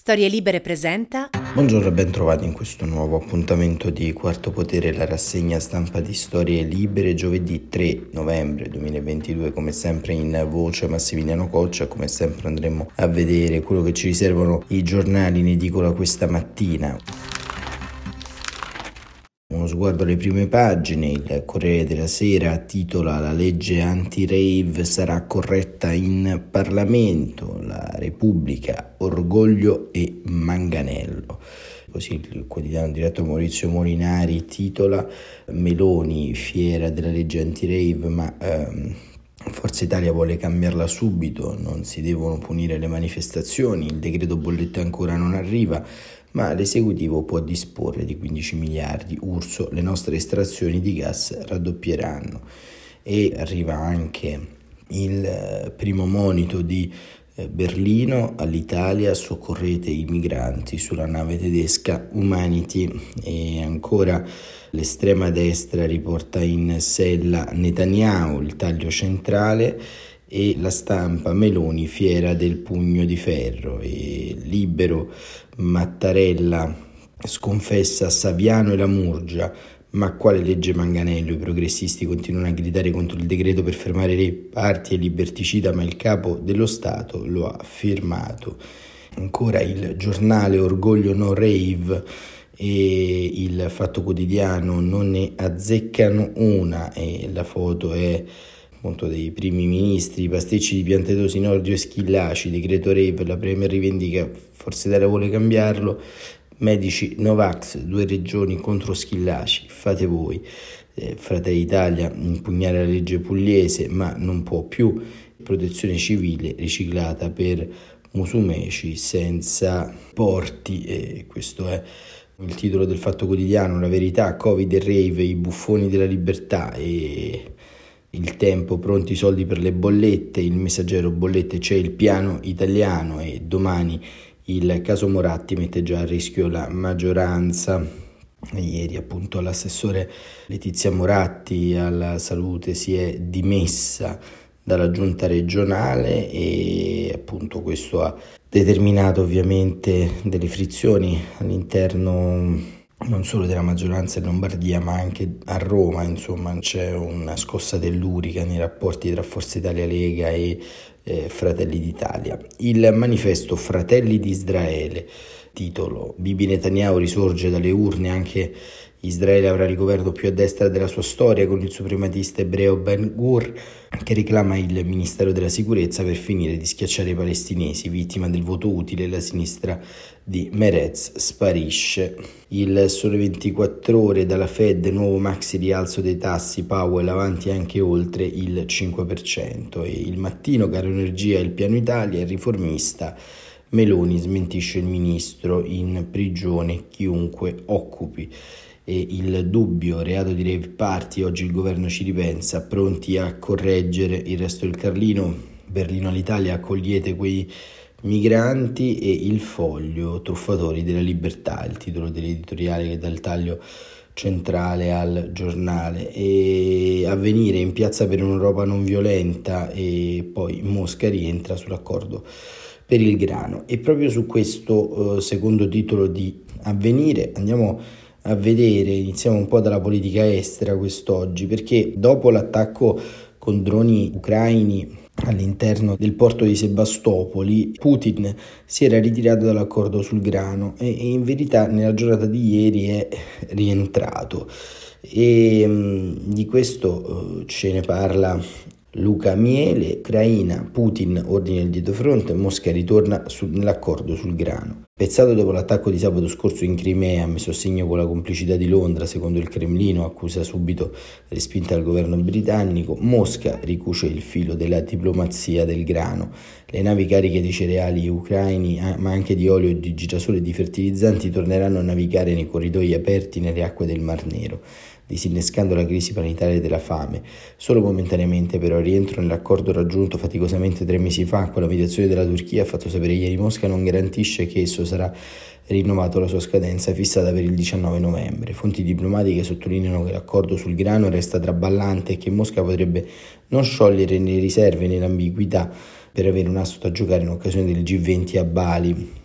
Storie Libere presenta. Buongiorno e ben trovati in questo nuovo appuntamento di Quarto Potere, la rassegna stampa di Storie Libere, giovedì 3 novembre 2022, come sempre in voce Massimiliano Coccia. Come sempre andremo a vedere quello che ci riservano i giornali in edicola questa mattina. Uno sguardo alle prime pagine. Il Corriere della Sera titola: la legge anti-rave sarà corretta in Parlamento, la Repubblica, orgoglio e manganello. Così il quotidiano diretto a Maurizio Molinari titola: Meloni fiera della legge anti-rave, ma Forza Italia vuole cambiarla subito, non si devono punire le manifestazioni, il decreto bollette ancora non arriva, ma l'esecutivo può disporre di 15 miliardi, Urso, le nostre estrazioni di gas raddoppieranno. E arriva anche il primo monito di Berlino: all'Italia, soccorrete i migranti sulla nave tedesca Humanity. E ancora l'estrema destra riporta in sella Netanyahu, il taglio centrale, e La Stampa: Meloni fiera del pugno di ferro. E Libero: Mattarella sconfessa Saviano e la Murgia, ma quale legge manganello? I progressisti continuano a gridare contro il decreto per fermare le parti e liberticida, ma il capo dello Stato lo ha firmato. Ancora il giornale: orgoglio no rave, e il Fatto Quotidiano: non ne azzeccano una, e la foto è appunto dei primi ministri, pasticci di Piantedosi, Nordio e Schillaci, decreto rave, la Premier rivendica, Forza Italia vuole cambiarlo, medici Novax, 2 regioni contro Schillaci, fate voi. Fratelli d'Italia: impugnare la legge pugliese, ma non può più. Protezione civile riciclata per Musumeci senza porti. E questo è il titolo del Fatto Quotidiano. La Verità: Covid e rave, i buffoni della libertà. E Il Tempo: pronti i soldi per le bollette. Il Messaggero: bollette, c'è il piano italiano. E Domani: il caso Moratti mette già a rischio la maggioranza. Ieri appunto l'assessore Letizia Moratti alla salute si è dimessa dalla giunta regionale, e appunto questo ha determinato ovviamente delle frizioni all'interno non solo della maggioranza in Lombardia, ma anche a Roma. Insomma, c'è una scossa tellurica nei rapporti tra Forza Italia, Lega e Fratelli d'Italia. Il Manifesto: Fratelli di Israele, titolo: Bibi Netanyahu risorge dalle urne, anche Israele avrà il governo più a destra della sua storia, con il suprematista ebreo Ben-Gur che reclama il Ministero della Sicurezza per finire di schiacciare i palestinesi. Vittima del voto utile, la sinistra di Meretz sparisce. Il Sole 24 Ore: dalla Fed, nuovo maxi rialzo dei tassi, Powell avanti anche oltre il 5%. E Il Mattino: caro energia, il piano Italia, il riformista, Meloni smentisce il ministro, in prigione chiunque occupi. E Il Dubbio: reato di rave party, oggi il governo ci ripensa, pronti a correggere. Il Resto del Carlino: Berlino all'Italia, accogliete quei migranti. E Il Foglio: truffatori della libertà, il titolo dell'editoriale che dà il taglio centrale al giornale. E Avvenire: in piazza per un'Europa non violenta. E poi Mosca rientra sull'accordo per il grano. E proprio su questo secondo titolo di Avvenire andiamo a vedere, iniziamo un po' dalla politica estera quest'oggi, perché dopo l'attacco con droni ucraini all'interno del porto di Sebastopoli, Putin si era ritirato dall'accordo sul grano e in verità nella giornata di ieri è rientrato. E di questo ce ne parla Luca Miele. Ucraina: Putin ordina il dietrofront, Mosca ritorna nell'accordo sul grano. Pezzato dopo l'attacco di sabato scorso in Crimea, messo a segno con la complicità di Londra, secondo il Cremlino, accusa subito respinta dal governo britannico, Mosca ricuce il filo della diplomazia del grano. Le navi cariche di cereali ucraini, ma anche di olio, di girasole e di fertilizzanti, torneranno a navigare nei corridoi aperti nelle acque del Mar Nero, disinnescando la crisi planetaria della fame. Solo momentaneamente però il rientro nell'accordo raggiunto faticosamente 3 mesi fa con la mediazione della Turchia, ha fatto sapere ieri Mosca, non garantisce che esso sarà rinnovato la sua scadenza fissata per il 19 novembre. Fonti diplomatiche sottolineano che l'accordo sul grano resta traballante e che Mosca potrebbe non sciogliere né le riserve né l'ambiguità per avere un asso da giocare in occasione del G20 a Bali.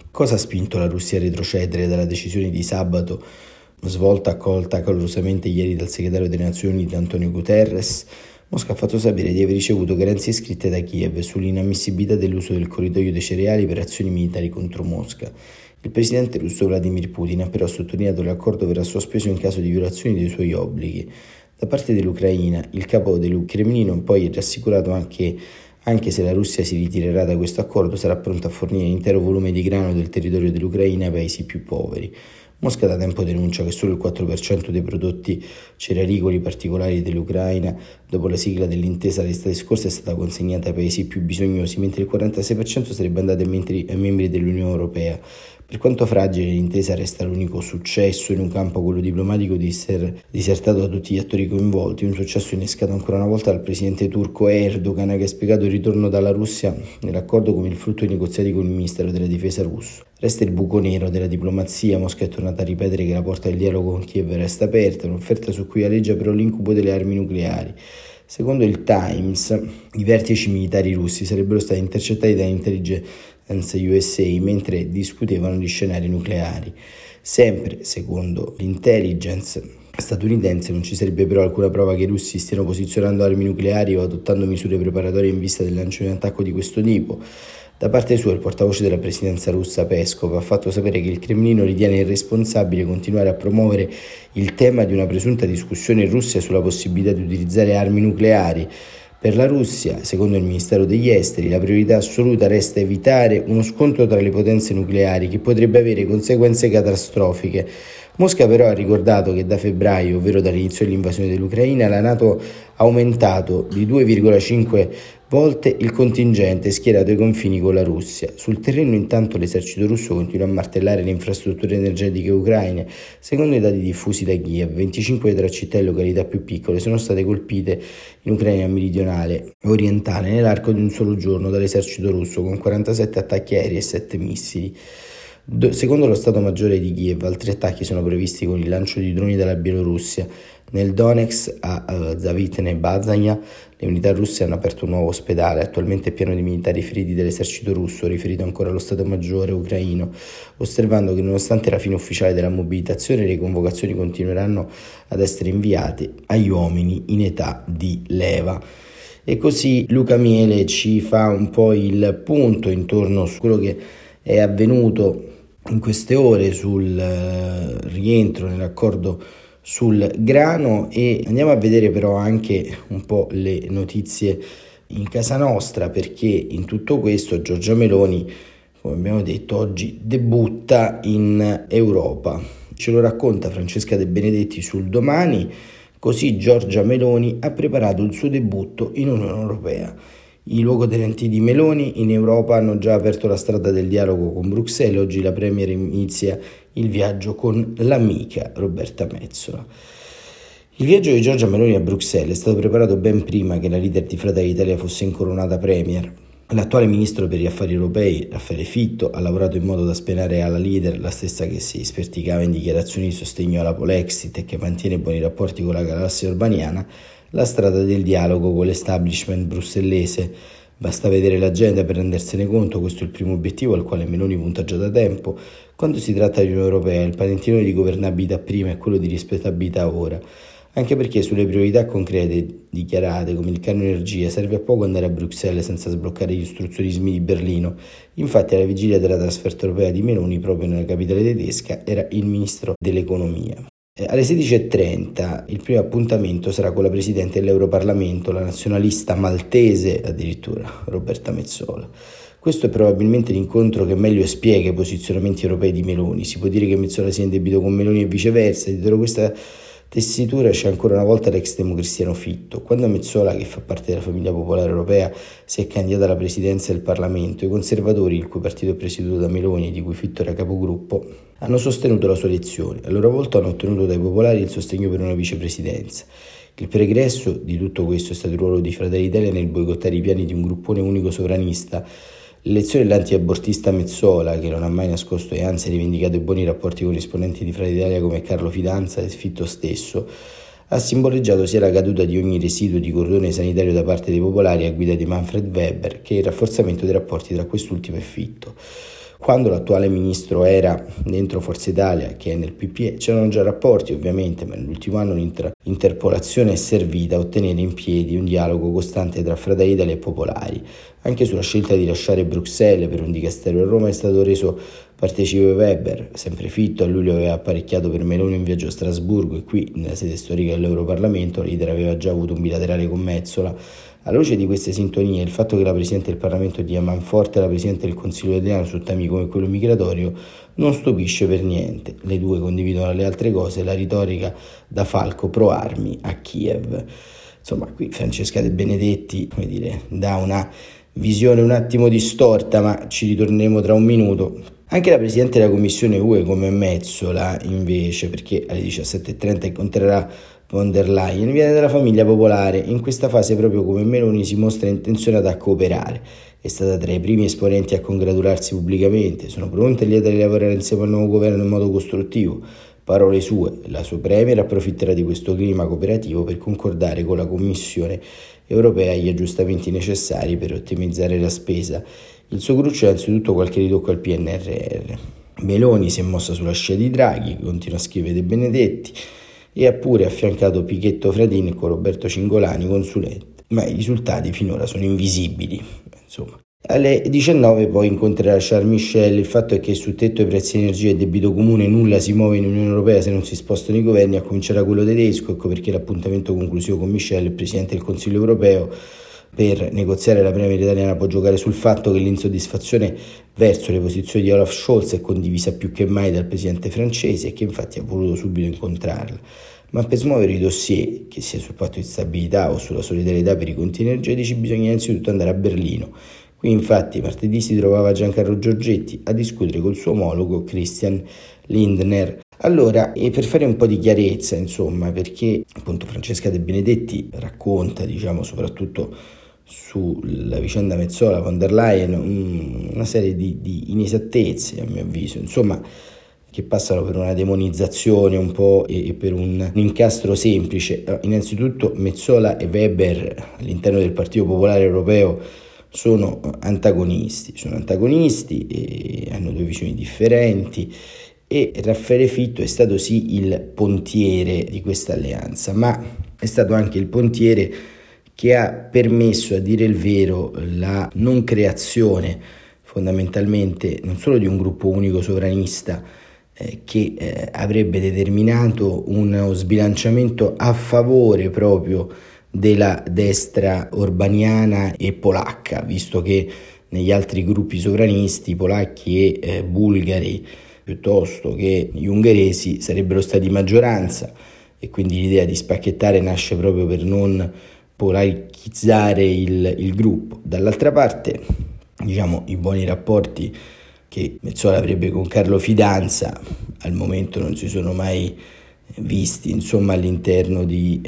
Cosa ha spinto la Russia a retrocedere dalla decisione di sabato, svolta accolta calorosamente ieri dal segretario delle Nazioni Unite Antonio Guterres? Mosca ha fatto sapere di aver ricevuto garanzie scritte da Kiev sull'inammissibilità dell'uso del corridoio dei cereali per azioni militari contro Mosca. Il presidente russo Vladimir Putin ha però sottolineato che l'accordo verrà sospeso in caso di violazione dei suoi obblighi. Da parte dell'Ucraina, il capo del Cremlino poi ha rassicurato che anche se la Russia si ritirerà da questo accordo, sarà pronta a fornire l'intero volume di grano del territorio dell'Ucraina ai paesi più poveri. Mosca da tempo denuncia che solo il 4% dei prodotti cerealicoli particolari dell'Ucraina, dopo la sigla dell'intesa l'estate scorsa, è stata consegnata ai paesi più bisognosi, mentre il 46% sarebbe andato ai membri dell'Unione Europea. Per quanto fragile, l'intesa resta l'unico successo in un campo, quello diplomatico, disertato da tutti gli attori coinvolti, un successo innescato ancora una volta dal presidente turco Erdogan, che ha spiegato il ritorno dalla Russia nell'accordo come il frutto dei negoziati con il ministero della difesa russo. Resta il buco nero della diplomazia. Mosca è tornata a ripetere che la porta del dialogo con Kiev resta aperta, un'offerta su cui aleggia però l'incubo delle armi nucleari. Secondo il Times, i vertici militari russi sarebbero stati intercettati da intelligence USA mentre discutevano di scenari nucleari. Sempre secondo l'intelligence statunitense, non ci sarebbe però alcuna prova che i russi stiano posizionando armi nucleari o adottando misure preparatorie in vista del lancio di un attacco di questo tipo. Da parte sua, il portavoce della presidenza russa Peskov ha fatto sapere che il Cremlino ritiene irresponsabile continuare a promuovere il tema di una presunta discussione in Russia sulla possibilità di utilizzare armi nucleari. Per la Russia, secondo il Ministero degli Esteri, la priorità assoluta resta evitare uno scontro tra le potenze nucleari che potrebbe avere conseguenze catastrofiche. Mosca però ha ricordato che da febbraio, ovvero dall'inizio dell'invasione dell'Ucraina, la NATO ha aumentato di 2,5 volte il contingente schierato ai confini con la Russia. Sul terreno intanto l'esercito russo continua a martellare le infrastrutture energetiche ucraine. Secondo i dati diffusi da Kiev, 25 tra città e località più piccole sono state colpite in Ucraina meridionale e orientale nell'arco di un solo giorno dall'esercito russo, con 47 attacchi aerei e 7 missili. Secondo lo Stato Maggiore di Kiev, altri attacchi sono previsti con il lancio di droni dalla Bielorussia. Nel Donetsk, a Zavitne e Bazania, le unità russe hanno aperto un nuovo ospedale, attualmente pieno di militari feriti dell'esercito russo, riferito ancora allo Stato Maggiore ucraino, osservando che nonostante la fine ufficiale della mobilitazione, le convocazioni continueranno ad essere inviate agli uomini in età di leva. E così Luca Miele ci fa un po' il punto intorno su quello che è avvenuto in queste ore sul rientro nell'accordo sul grano, e andiamo a vedere però anche un po' le notizie in casa nostra, perché in tutto questo Giorgia Meloni, come abbiamo detto, oggi debutta in Europa. Ce lo racconta Francesca De Benedetti sul Domani. Così Giorgia Meloni ha preparato il suo debutto in Unione Europea. I luogotenenti di Meloni in Europa hanno già aperto la strada del dialogo con Bruxelles. Oggi la Premier inizia il viaggio con l'amica Roberta Metsola. Il viaggio di Giorgia Meloni a Bruxelles è stato preparato ben prima che la leader di Fratelli d'Italia fosse incoronata Premier. L'attuale ministro per gli affari europei, Raffaele Fitto, ha lavorato in modo da spiegare alla leader, la stessa che si sperticava in dichiarazioni di sostegno alla Polexit e che mantiene buoni rapporti con la galassia urbaniana, la strada del dialogo con l'establishment brussellese. Basta vedere l'agenda per rendersene conto. Questo è il primo obiettivo al quale Meloni punta già da tempo. Quando si tratta di Unione Europea, il patentino di governabilità prima è quello di rispettabilità ora. Anche perché sulle priorità concrete dichiarate, come il caro energia, serve a poco andare a Bruxelles senza sbloccare gli ostruzionismi di Berlino. Infatti, alla vigilia della trasferta europea di Meloni, proprio nella capitale tedesca, era il ministro dell'economia. Alle 16:30 il primo appuntamento sarà con la presidente dell'Europarlamento, la nazionalista maltese addirittura, Roberta Metsola. Questo è probabilmente l'incontro che meglio spiega i posizionamenti europei di Meloni. Si può dire che Metsola sia in debito con Meloni e viceversa. Dietro questa tessitura c'è ancora una volta l'ex democristiano Fitto. Quando Metsola, che fa parte della famiglia popolare europea, si è candidata alla presidenza del Parlamento, i conservatori, il cui partito è presieduto da Meloni e di cui Fitto era capogruppo, hanno sostenuto la sua elezione. A loro volta hanno ottenuto dai popolari il sostegno per una vicepresidenza. Il pregresso di tutto questo è stato il ruolo di Fratelli d'Italia nel boicottare i piani di un gruppone unico sovranista. L'elezione dell'antiabortista Metsola, che non ha mai nascosto e anzi ha rivendicato i buoni rapporti con esponenti di Fratelli d'Italia come Carlo Fidanza e Fitto stesso, ha simboleggiato sia la caduta di ogni residuo di cordone sanitario da parte dei popolari a guida di Manfred Weber che il rafforzamento dei rapporti tra quest'ultimo e Fitto. Quando l'attuale ministro era dentro Forza Italia, che è nel PPE, c'erano già rapporti ovviamente, ma nell'ultimo anno l'interpolazione è servita a ottenere in piedi un dialogo costante tra Fratelli d'Italia e Popolari. Anche sulla scelta di lasciare Bruxelles per un dicastero a Roma è stato reso partecipe Weber, sempre fitto. A luglio aveva apparecchiato per Meloni un viaggio a Strasburgo e qui, nella sede storica dell'Europarlamento, l'Iter aveva già avuto un bilaterale con Metsola. Alla luce di queste sintonie, il fatto che la Presidente del Parlamento dia manforte alla Presidente del Consiglio italiano su temi come quello migratorio non stupisce per niente. Le due condividono le altre cose, la retorica da falco pro armi a Kiev. Insomma, qui Francesca De Benedetti, dà una visione un attimo distorta, ma ci ritorneremo tra un minuto. Anche la Presidente della Commissione UE come Metsola, invece, perché alle 17:30 incontrerà von der Leyen, viene dalla famiglia popolare. In questa fase, proprio come Meloni, si mostra intenzionata a cooperare. È stata tra i primi esponenti a congratularsi pubblicamente. Sono pronta e lieta di lavorare insieme al nuovo governo in modo costruttivo. Parole sue. La sua premier approfitterà di questo clima cooperativo per concordare con la Commissione europea gli aggiustamenti necessari per ottimizzare la spesa. Il suo cruccio è anzitutto qualche ritocco al PNRR. Meloni si è mossa sulla scia di Draghi, continua a scrivere De Benedetti, e ha pure affiancato Pichetto Fratin con Roberto Cingolani, consulente. Ma i risultati finora sono invisibili. Alle 19 poi incontrerà Charles Michel. Il fatto è che sul tetto ai prezzi di energia e debito comune nulla si muove in Unione Europea se non si spostano i governi, a cominciare da quello tedesco. Ecco perché l'appuntamento conclusivo con Michel, il Presidente del Consiglio europeo, per negoziare la premier italiana può giocare sul fatto che l'insoddisfazione verso le posizioni di Olaf Scholz è condivisa più che mai dal presidente francese e che infatti ha voluto subito incontrarla. Ma per smuovere i dossier, che sia sul patto di stabilità o sulla solidarietà per i conti energetici, bisogna innanzitutto andare a Berlino. Qui infatti martedì si trovava Giancarlo Giorgetti a discutere col suo omologo Christian Lindner. Allora, e per fare un po' di chiarezza, perché appunto Francesca De Benedetti racconta, soprattutto sulla vicenda Metsola von der Leyen, una serie di inesattezze, a mio avviso, che passano per una demonizzazione un po' e per un incastro semplice. Innanzitutto Metsola e Weber all'interno del Partito Popolare Europeo sono antagonisti e hanno due visioni differenti, e Raffaele Fitto è stato sì il pontiere di questa alleanza, ma è stato anche il pontiere che ha permesso, a dire il vero, la non creazione fondamentalmente non solo di un gruppo unico sovranista che avrebbe determinato uno sbilanciamento a favore proprio della destra orbaniana e polacca, visto che negli altri gruppi sovranisti, polacchi e bulgari, piuttosto che gli ungheresi, sarebbero stati maggioranza, e quindi l'idea di spacchettare nasce proprio per non polarizzare il gruppo. Dall'altra parte, i buoni rapporti che Metsola avrebbe con Carlo Fidanza al momento non si sono mai visti all'interno di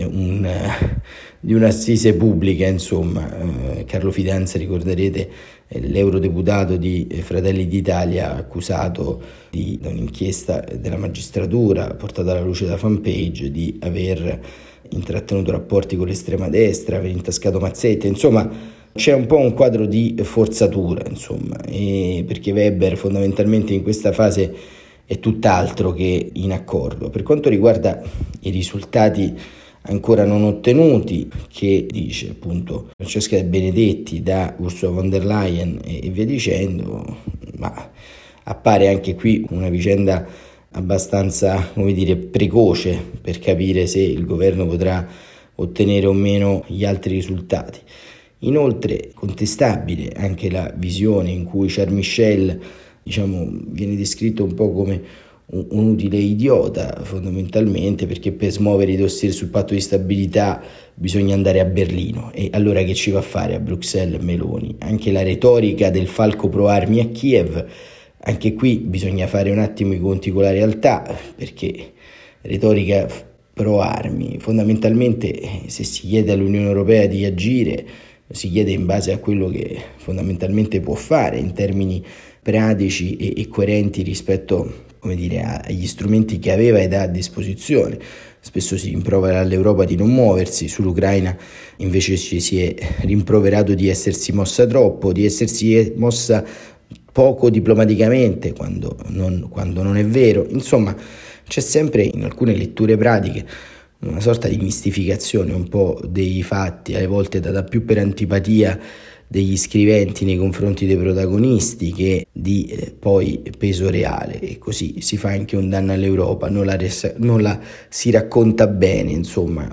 un'assise pubblica. Carlo Fidanza, ricorderete, è l'eurodeputato di Fratelli d'Italia accusato da un'inchiesta della magistratura portata alla luce da Fanpage di aver intrattenuto rapporti con l'estrema destra, aver intascato mazzette. C'è un po' un quadro di forzatura, e perché Weber fondamentalmente in questa fase è tutt'altro che in accordo. Per quanto riguarda i risultati ancora non ottenuti, che dice appunto Francesca De Benedetti da Ursula von der Leyen e via dicendo, ma appare anche qui una vicenda abbastanza, precoce per capire se il governo potrà ottenere o meno gli altri risultati. Inoltre contestabile anche la visione in cui Charles Michel viene descritto un po' come un utile idiota, fondamentalmente, perché per smuovere i dossier sul patto di stabilità bisogna andare a Berlino. E allora che ci va a fare a Bruxelles Meloni? Anche la retorica del falco pro armi a Kiev, anche qui bisogna fare un attimo i conti con la realtà, perché retorica pro armi, fondamentalmente se si chiede all'Unione Europea di agire, si chiede in base a quello che fondamentalmente può fare in termini pratici e coerenti rispetto agli strumenti che aveva ed ha a disposizione. Spesso si rimprovera all'Europa di non muoversi, sull'Ucraina invece ci si è rimproverato di essersi mossa troppo, di essersi mossa poco diplomaticamente quando non è vero. Insomma, c'è sempre in alcune letture pratiche una sorta di mistificazione un po' dei fatti, alle volte data più per antipatia degli scriventi nei confronti dei protagonisti che di poi peso reale, e così si fa anche un danno all'Europa, non la si racconta bene. Insomma,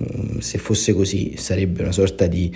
se fosse così sarebbe una sorta di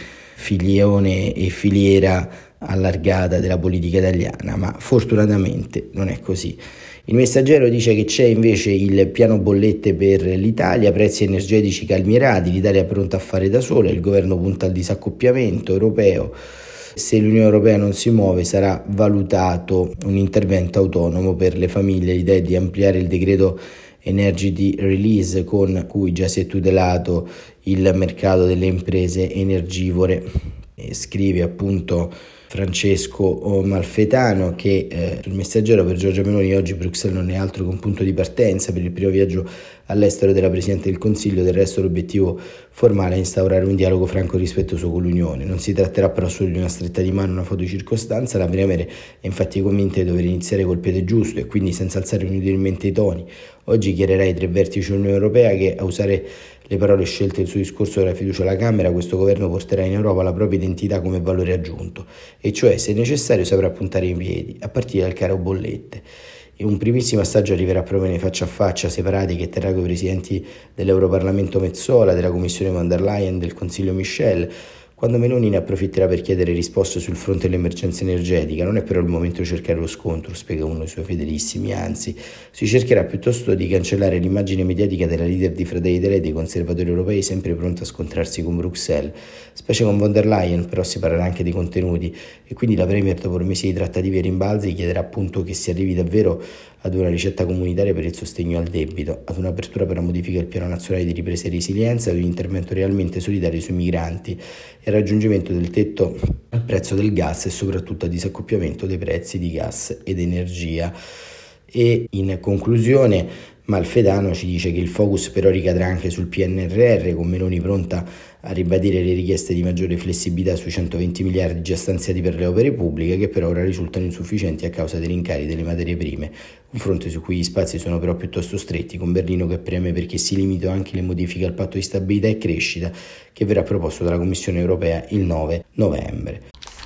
filione e filiera allargata della politica italiana, ma fortunatamente non è così. Il Messaggero dice che c'è invece il piano bollette per l'Italia, prezzi energetici calmierati, l'Italia è pronta a fare da sola, il governo punta al disaccoppiamento europeo. Se l'Unione Europea non si muove sarà valutato un intervento autonomo per le famiglie. L'idea è di ampliare il decreto Energy Release con cui già si è tutelato il mercato delle imprese energivore. Scrive appunto Francesco Malfetano che sul Messaggero: per Giorgia Meloni oggi Bruxelles non è altro che un punto di partenza per il primo viaggio all'estero della Presidente del Consiglio. Del resto l'obiettivo formale è instaurare un dialogo franco e rispettoso con l'Unione. Non si tratterà però solo di una stretta di mano, una foto di circostanza. La Premier è infatti convinta di dover iniziare col piede giusto e quindi senza alzare inutilmente i toni. Oggi chiarerà ai 3 vertici dell'Unione Europea che, a usare le parole scelte nel suo discorso della fiducia alla Camera, questo governo porterà in Europa la propria identità come valore aggiunto, e cioè, se necessario, saprà puntare in piedi, a partire dal caro bollette. E un primissimo assaggio arriverà proprio nei faccia a faccia separati che terrà con i presidenti dell'Europarlamento Metsola, della Commissione von der Leyen, del Consiglio Michel, quando Meloni ne approfitterà per chiedere risposte sul fronte dell'emergenza energetica. Non è però il momento di cercare lo scontro, spiega uno dei suoi fedelissimi, anzi si cercherà piuttosto di cancellare l'immagine mediatica della leader di Fratelli d'Italia e dei conservatori europei sempre pronta a scontrarsi con Bruxelles. Specie con von der Leyen però si parlerà anche di contenuti, e quindi la Premier, dopo mesi di trattative e rimbalzi, chiederà appunto che si arrivi davvero ad una ricetta comunitaria per il sostegno al debito, ad un'apertura per la modifica del Piano Nazionale di Ripresa e Resilienza, ad un intervento realmente solidario sui migranti e al raggiungimento del tetto al prezzo del gas e soprattutto al disaccoppiamento dei prezzi di gas ed energia. E in conclusione Malfedano ci dice che il focus però ricadrà anche sul PNRR, con Meloni pronta a ribadire le richieste di maggiore flessibilità sui 120 miliardi già stanziati per le opere pubbliche, che però ora risultano insufficienti a causa dei rincari delle materie prime, un fronte su cui gli spazi sono però piuttosto stretti, con Berlino che preme perché si limitino anche le modifiche al patto di stabilità e crescita che verrà proposto dalla Commissione europea il 9 novembre.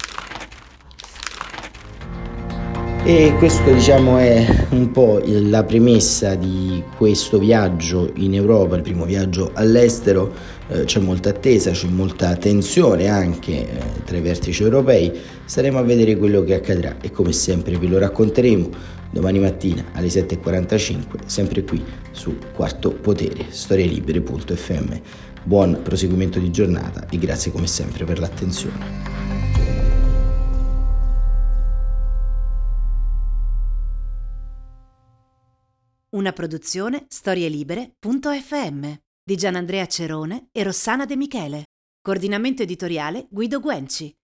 E questo, diciamo, è un po' la premessa di questo viaggio in Europa, il primo viaggio all'estero. C'è molta attesa, c'è molta tensione anche tra i vertici europei. Staremo a vedere quello che accadrà e come sempre ve lo racconteremo domani mattina alle 7:45, sempre qui su Quarto Potere, storielibere.fm. Buon proseguimento di giornata e grazie come sempre per l'attenzione. Una produzione storielibere.fm di Gianandrea Cerone e Rossana De Michele. Coordinamento editoriale Guido Guenci.